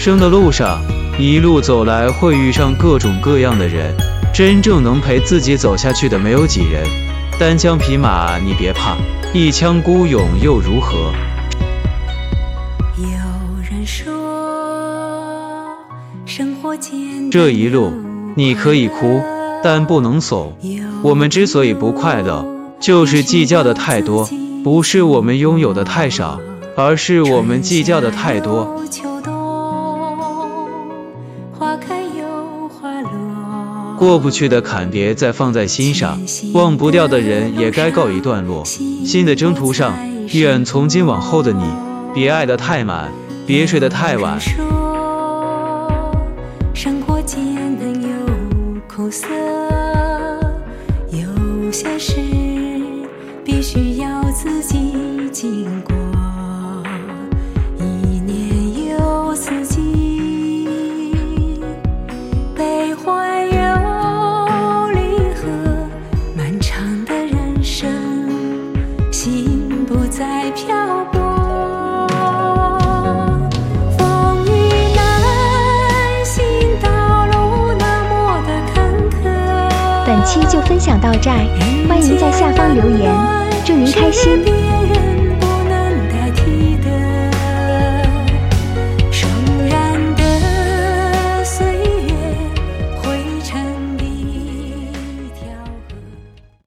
生的路上，一路走来会遇上各种各样的人，真正能陪自己走下去的没有几人。单枪匹马你别怕，一腔孤勇又如何？ 有人说，生活间这一路你可以哭，但不能怂。我们之所以不快乐，就是计较的太多，不是我们拥有的太少，而是我们计较的太多。过不去的坎别再放在心上，忘不掉的人也该告一段落。新的征途上，愿从今往后的你，别爱得太满，别睡得太晚。 生活间能有苦涩，有些事必须要自己经过。一年又四季，悲欢有离合，漫长的人生，心不再漂泊。风雨难行，道路那么的坎坷。 本期就分享到这儿，欢迎在下方留言，祝您开心。